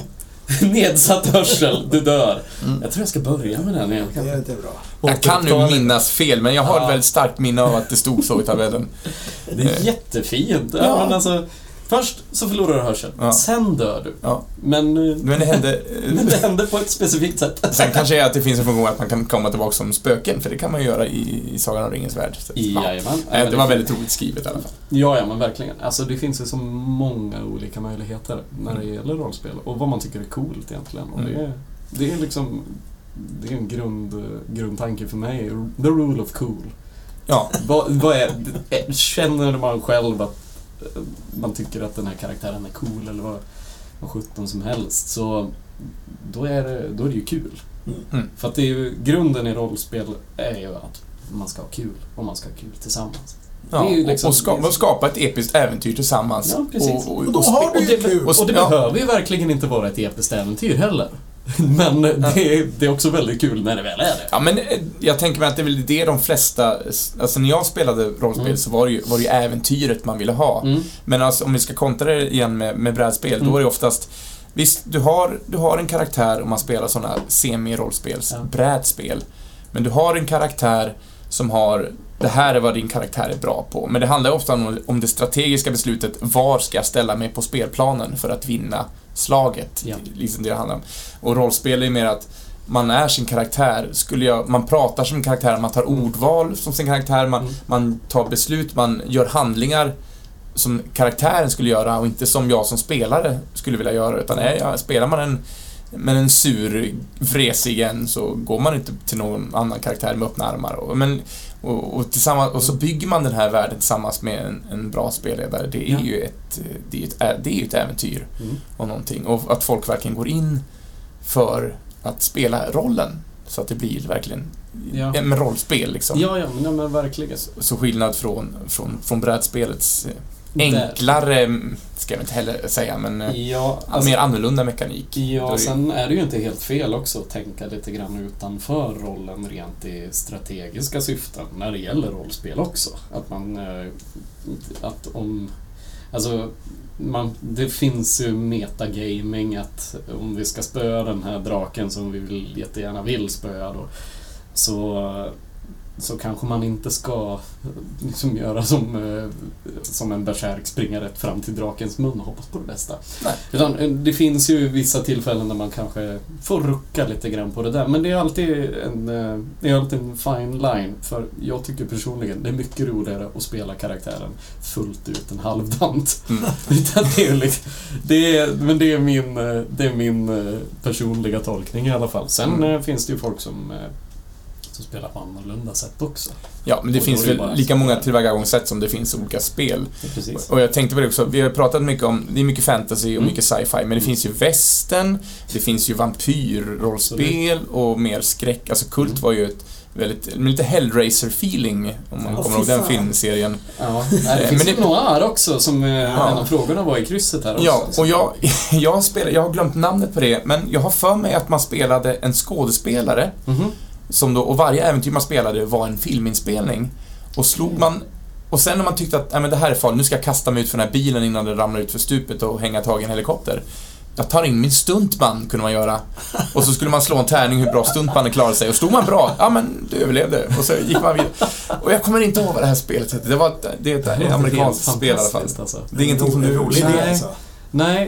Nedsatt hörsel, du dör. Jag tror jag ska börja med den. Det är bra. Jag kan nu minnas fel, men jag har ett väldigt starkt minne av att det stod så i tabellen. Det är jättefint. Ja. Men alltså, först så förlorar du hörseln, sen dör du. Ja. Men det hände på ett specifikt sätt. Sen kanske är att det finns en funktion att man kan komma tillbaka som spöken, för det kan man ju göra i Sagan om ringens värld. Det var väldigt roligt skrivet i alla fall. Ja, men verkligen. Alltså det finns ju så många olika möjligheter när det gäller rollspel och vad man tycker är coolt egentligen. Och det är liksom det är en grundtanke för mig. The rule of cool. Ja. Vad känner man själv att man tycker att den här karaktären är cool eller vad 17 som helst, så då är det ju kul. För att det är ju, grunden i rollspel är ju att man ska ha kul och man ska ha kul tillsammans. Ja, det är ju liksom, och skapa ett episkt äventyr tillsammans. Ja, precis. Och då har du ju kul. Och det behöver ju verkligen inte vara ett episkt äventyr heller. Men det är också väldigt kul när det väl är det. Ja, men jag tänker mig att det är väl det de flesta... Alltså när jag spelade rollspel så var det ju äventyret man ville ha. Men alltså, om vi ska kontra det igen med brädspel, då är det oftast... Visst, du har en karaktär om man spelar sådana semi-rollspels, brädspel. Men du har en karaktär som har... Det här är vad din karaktär är bra på. Men det handlar ofta om det strategiska beslutet. Var ska jag ställa mig på spelplanen för att vinna slaget? Ja. Liksom det handlar om. Och rollspel är mer att man är sin karaktär. Man pratar som karaktär, man tar ordval som sin karaktär, man tar beslut, man gör handlingar som karaktären skulle göra och inte som jag som spelare skulle vilja göra. Utan spelar man en sur, vresig en, så går man inte till någon annan karaktär med öppna armar. Och så bygger man den här världen tillsammans med en bra spelledare. Det är ju ett äventyr och någonting. Och att folk verkligen går in för att spela rollen så att det blir verkligen med rollspel liksom. Ja, men verkligen. Så skillnad från brädspelets enklare, ska jag inte heller säga, men mer annorlunda mekanik. Ja, sen är det ju inte helt fel också att tänka lite grann utanför rollen rent i strategiska syften när det gäller rollspel också. Det finns ju metagaming att om vi ska spöa den här draken som vi jättegärna vill spöa då, så kanske man inte ska liksom göra som en berserk, springa rätt fram till drakens mun och hoppas på det bästa. Nej. Utan det finns ju vissa tillfällen där man kanske får rucka lite grann på det där. Men det är alltid en fine line. För jag tycker personligen det är mycket roligare att spela karaktären fullt ut än halvdant. Det är min personliga tolkning i alla fall. Sen finns det ju folk som spelar på annorlunda sätt också. Ja, men det finns väl lika många tillvägagångssätt som det finns olika spel. Ja, och jag tänkte på det också, vi har pratat mycket om, det är mycket fantasy och mycket sci-fi, men det finns ju western, det finns ju vampyrrollspel och mer skräck. Alltså Kult var ju ett lite Hellraiser-feeling om man kommer ihåg den filmserien. Ja, det finns ju noir också som en av frågorna var i krysset här också. Ja, och jag har glömt namnet på det, men jag har för mig att man spelade en skådespelare som då, och varje äventyr man spelade var en filminspelning. Och och sen när man tyckte att det här är farligt, nu ska jag kasta mig ut för den här bilen innan det ramlar ut för stupet och hänga tag i en helikopter. Jag tar in min stuntman, kunde man göra. Och så skulle man slå en tärning hur bra stuntmannen klarade sig. Och stod man bra, du överlevde. Och så gick man vidare. Och jag kommer inte ihåg vad det här spelet heter. Det är ett amerikanskt spel i alla fall. Alltså. Det är ingenting som du är rolig idé alltså. Nej,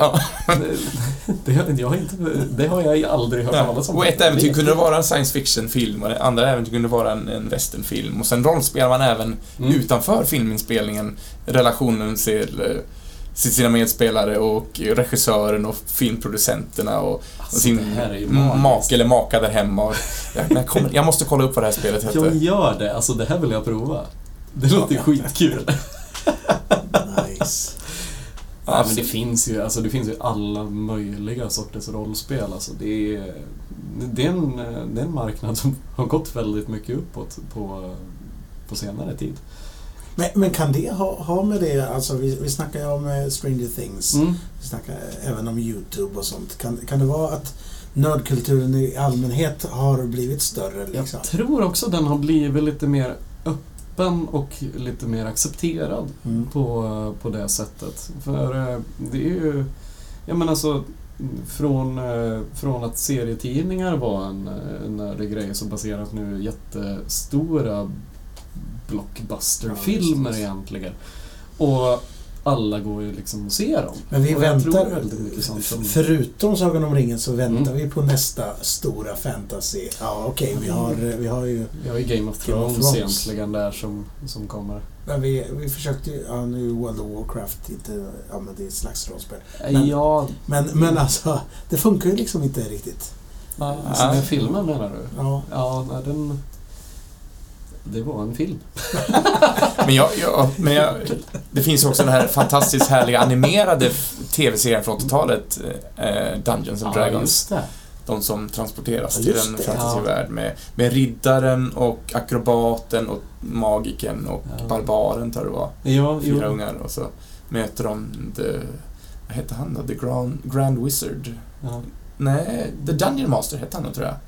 det har jag aldrig hört talas om. Och ett äventyr kunde vara en science fiction-film och det andra äventyr kunde vara en western-film. Och sen rollspelar man även utanför filminspelningen relationen till sina medspelare och regissören och filmproducenterna och sin make eller maka där hemma. Och jag måste kolla upp vad det här spelet heter. Jag gör det, alltså det här vill jag prova. Det låter skitkul. Nice. Ja, men det finns ju alla möjliga sorters rollspel. Alltså det är en marknad som har gått väldigt mycket uppåt på senare tid. Men kan det ha med det, alltså vi snackar ju om Stranger Things, vi snackar även om YouTube och sånt. Kan det vara att nördkulturen i allmänhet har blivit större? Liksom? Jag tror också den har blivit lite mer öppen och lite mer accepterad på det sättet. För det är ju, från att serietidningar var en nördig grej så baserat nu jättestora blockbusterfilmer egentligen. Och alla går ju liksom att se dem. Men vi väntar, väldigt mycket sånt förutom Sagan om ringen så väntar vi på nästa stora fantasy. Ja, okej, vi har ju Game of Thrones egentligen där som kommer. Men vi försökte ju, nu World of Warcraft inte, men det är ett slags rollspel. Men alltså, det funkar ju liksom inte riktigt. Med filmen menar du? Ja. Det var en film. men det finns också den här fantastiskt härliga animerade tv-serien från 80-talet, Dungeons and Dragons. Just det. De som transporteras till en fantasyvärld med riddaren och akrobaten och magiken och barbaren tror jag det var. 4 ungar och så möter de vad heter han då? The Grand Wizard. Ja. Nej, The Dungeon Master hette han då, tror jag.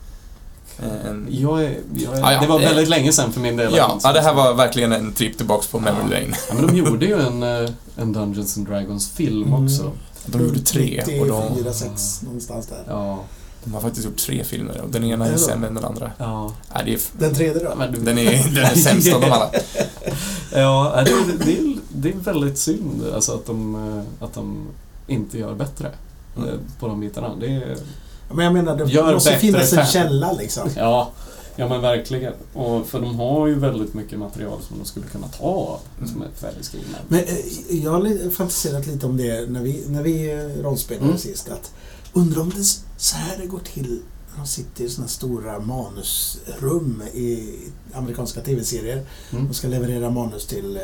Det var väldigt länge sedan för min del. Ja, det här var verkligen en trip tillbaks på Memory Lane. Ja, men de gjorde ju en Dungeons and Dragons film också. De gjorde 3 och 4, 6 någonstans där. Ja. De har faktiskt gjort 3 filmer och den ena är sämre än den andra. Ja. Den tredje då? Den är sämst av dem alla. Ja, det är väldigt synd alltså, att de inte gör bättre på de bitarna. Men jag menar, det måste finnas en källa liksom. Ja, men verkligen. Och för de har ju väldigt mycket material som de skulle kunna ta som ett färdigskrivna. Men jag har fantiserat lite om det när vi rollspelade sist. Att undrar om det så här det går till när de sitter i såna stora manusrum i amerikanska tv-serier. De ska leverera manus till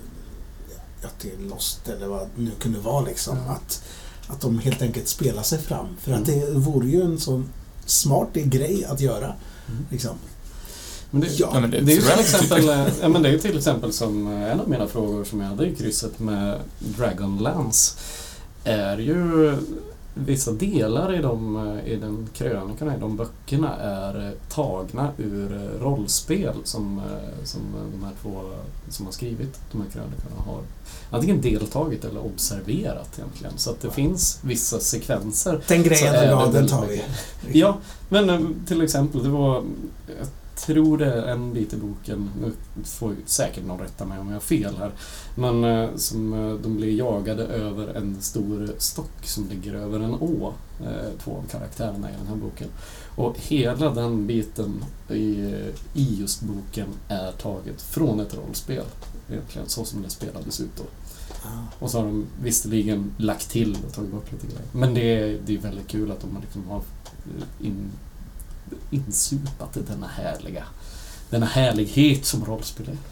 Lost eller vad det nu kunde vara liksom. Att de helt enkelt spelar sig fram. För att det vore ju en sån smart grej att göra. Liksom. Men det är ju till exempel som en av mina frågor som jag hade i krysset med Dragonlance är ju vissa delar i den krönikan, i de böckerna är tagna ur rollspel som de här två som har skrivit de här krönikorna har antingen deltagit eller observerat egentligen. Så att det finns vissa sekvenser. Den grejen den tar vi. Ja, men till exempel det var, jag tror det är en bit i boken, nu får säkert någon rätta mig om jag har fel här, men som de blir jagade över en stor stock som ligger över en å, 2 av karaktärerna i den här boken. Och hela den biten i just boken är taget från ett rollspel, egentligen så som det spelades ut då. Och så har de visserligen lagt till och tagit bort lite grejer. Men det är väldigt kul att de liksom har insupat denna härlighet som rollspel är.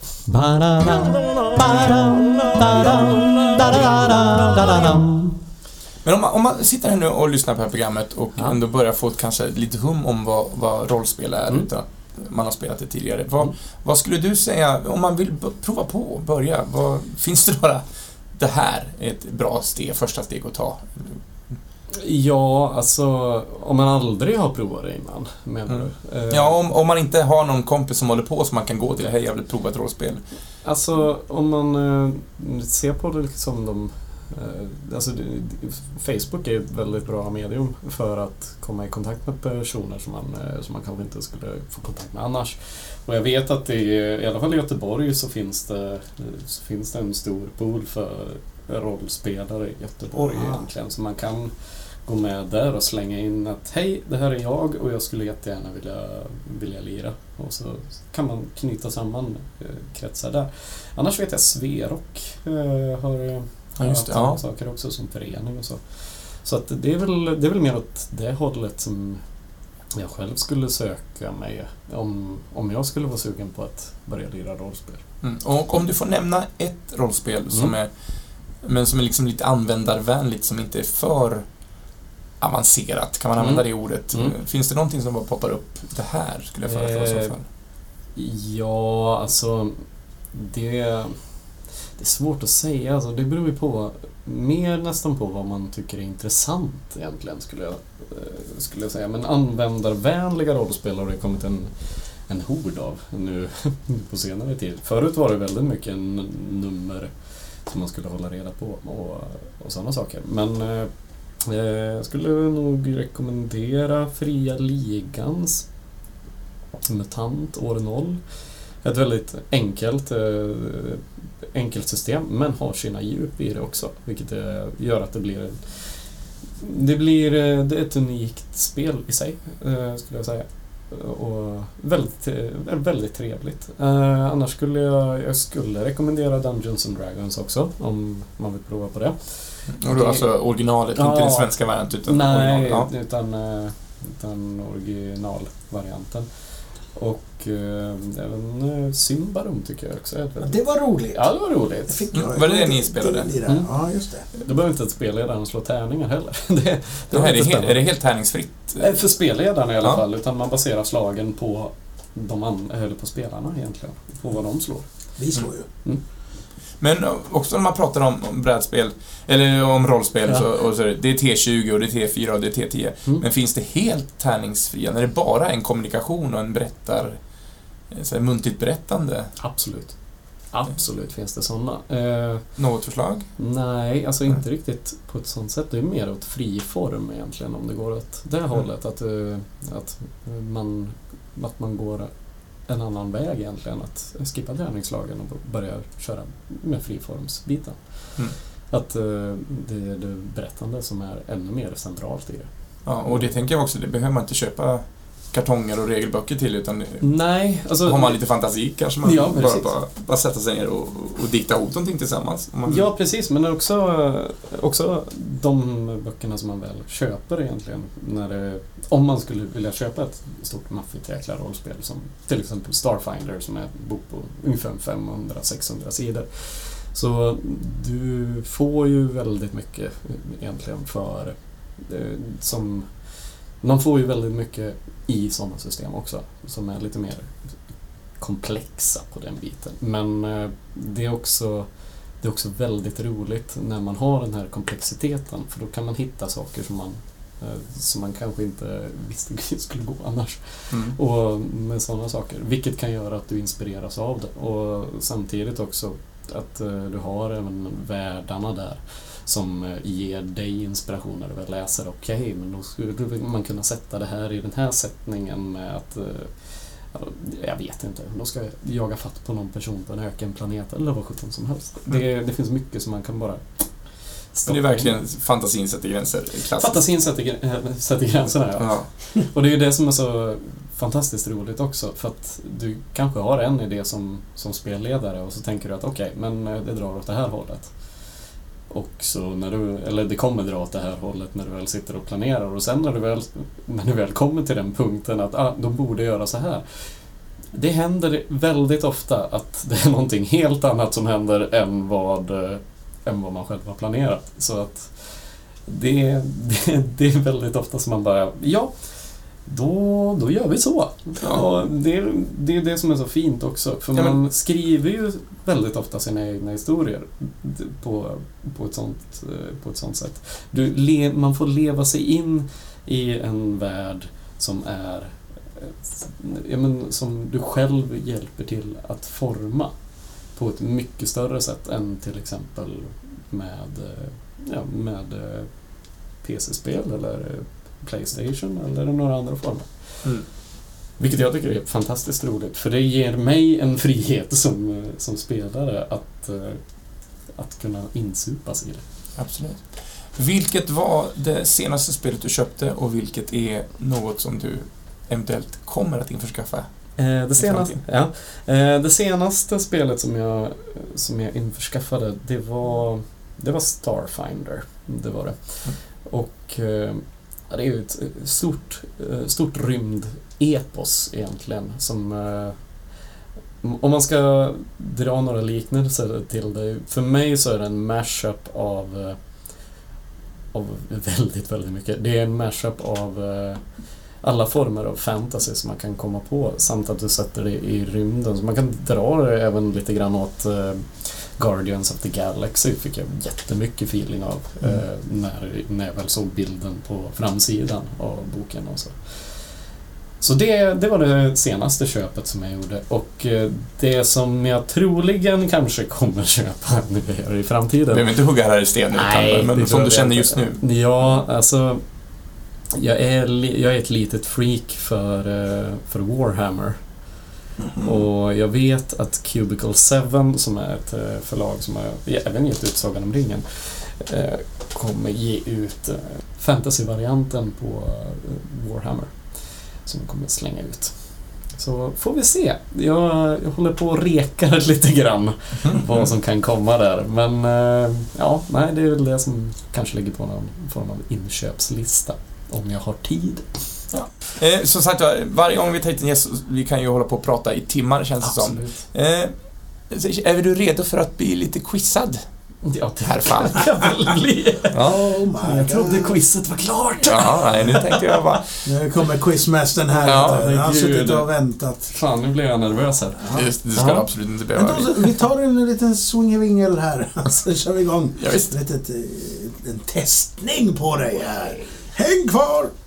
Men om man sitter här nu och lyssnar på det här programmet och ändå börjar få kanske lite hum om vad rollspel är utan man har spelat det tidigare. Vad skulle du säga om man vill prova på och börja? Finns det bara det här är ett bra första steg att ta? Ja, alltså om man aldrig har provat det innan, menar du? Ja, om man inte har någon kompis som håller på så man kan gå till hej, jag vill prova ett rollspel. Alltså om man ser på det liksom alltså Facebook är ett väldigt bra medium för att komma i kontakt med personer som man kanske inte skulle få kontakt med annars. Och jag vet att i alla fall i Göteborg så finns det en stor pool för rollspelare i Göteborg egentligen, så man kan gå med där och slänga in att hej, det här är jag och jag skulle jättegärna vilja lira, och så kan man knyta samman kretsar där. Annars vet jag Sverok har saker också som förening och så. Så att det är väl mer åt det hållet som jag själv skulle söka mig om jag skulle vara sugen på att börja lira rollspel. Och om du får nämna ett rollspel som är liksom lite användarvänligt, som inte är för avancerat, kan man använda det ordet? Finns det någonting som bara poppar upp? Det här skulle jag föreslå i så fall. Ja, alltså det är svårt att säga. Alltså, det beror ju på nästan på vad man tycker är intressant egentligen, skulle jag säga. Men användarvänliga rollspel har det kommit en hord av nu på senare tid. Förut var det väldigt mycket nummer som man skulle hålla reda på och sådana saker. Men Jag skulle nog rekommendera Fria Ligans MUTANT år 0. Ett väldigt enkelt system, men har sina djup i det också, vilket gör att det är ett unikt spel i sig, skulle jag säga. Och väldigt trevligt. Annars skulle jag rekommendera Dungeons and Dragons också, om man vill prova på det. Och då alltså originalet, inte den svenska varianten, utan utan originalvarianten. Och även Symbarom tycker jag också. Det var roligt. Ja, det var roligt. Var det ni spelade? Ja, just det. Du behöver inte spelledaren slå tärningar heller. Är det helt tärningsfritt? För spelledaren i alla fall, utan man baserar slagen på på spelarna egentligen. På vad de slår. Vi slår ju. Men också när man pratar om brädspel eller om rollspel så det är T20 och det är T4 och det är T10. Men finns det helt tärningsfria? När det bara är en kommunikation och en muntligt berättande? Absolut finns det sådana. Något förslag? Nej, alltså inte riktigt på ett sånt sätt. Det är mer åt fri form egentligen, om det går åt det hållet. Att man går en annan väg egentligen, att skippa träningslagen och börja köra med friformsbiten. Att det är det berättande som är ännu mer centralt i det. Ja, och det tänker jag också, det behöver man inte köpa kartonger och regelböcker till, utan nej, alltså, har man lite fantasi kanske man bara sätta sig ner och dikta ihop någonting tillsammans. Ja, precis, men också de böckerna som man väl köper egentligen, om man skulle vilja köpa ett stort maffigt jäkla rollspel som till exempel Starfinder, som är en bok på ungefär 500-600 sidor. Så du får ju väldigt mycket egentligen man får ju väldigt mycket i sådana system också, som är lite mer komplexa på den biten. Men det är också väldigt roligt när man har den här komplexiteten, för då kan man hitta saker som man kanske inte visste skulle gå annars. Och med sådana saker, vilket kan göra att du inspireras av det. Och samtidigt också att du har även världarna där som ger dig inspiration när du väl läser. Okej, men då skulle man kunna sätta det här i den här sättningen med att jag vet inte, då ska jag jaga fatt på någon person på en ökenplanet eller vad sjutton som helst. Det finns mycket som man kan bara stoppa. Det är verkligen fantasin sätter gränser. Fantasin sätter gränserna, ja. Och det är ju det som är så fantastiskt roligt också, för att du kanske har en idé som spelledare och så tänker du att okej, men det drar åt det här hållet. Och så det kommer dra åt det här hållet när du väl sitter och planerar, och sen när du väl kommer till den punkten att de borde göra så här. Det händer väldigt ofta att det är någonting helt annat som händer än vad man själv har planerat. Så att det är väldigt ofta som man bara, då gör vi så. Ja. Det är det som är så fint också. För man skriver ju väldigt ofta sina egna historier på ett sånt sätt. Man får leva sig in i en värld som är som du själv hjälper till att forma på ett mycket större sätt än till exempel med PC-spel eller PlayStation eller några andra former. Vilket jag tycker är fantastiskt roligt, för det ger mig en frihet som spelare att kunna insupas i det. Absolut. Vilket var det senaste spelet du köpte och vilket är något som du eventuellt kommer att införskaffa? Det senaste spelet som jag införskaffade, det var Starfinder. Det var det. Och det är ju ett stort rymd-epos egentligen, som om man ska dra några liknelser till det, för mig så är det en mashup av väldigt, väldigt mycket. Det är en mashup av alla former av fantasy som man kan komma på, samt att du sätter det i rymden. Så man kan dra det även lite grann åt Guardians of the Galaxy, fick jag jättemycket feeling av när jag väl såg bilden på framsidan av boken och så. Så det var det senaste köpet som jag gjorde. Och det som jag troligen kanske kommer köpa nu i framtiden. Du behöver inte hugga här i sten nu, men som du känner just nu. Ja, alltså jag är ett litet freak för Warhammer. Och jag vet att Cubicle 7, som är ett förlag som har även gett ut Sagan om ringen, kommer ge ut fantasy-varianten på Warhammer som kommer slänga ut. Så får vi se. Jag håller på att reka lite grann vad som kan komma där. Men det är väl det som kanske ligger på någon form av inköpslista om jag har tid. Ja. Som sagt, varje gång vi tar hit en gäst, vi kan ju hålla på och prata i timmar, känns det som. Är du redo för att bli lite quizad? Ja, det här fan. Jag trodde quizet var klart. Ja, nej, nu tänkte jag bara... Nu kommer quizmästaren här. Ja, han har suttit och väntat. Fan, nu blir jag nervös här. Ja. Det ska du absolut inte behöva. Vi tar en liten swingvingel här. Så kör vi igång. Ja, visst. En testning på dig här. Häng kvar!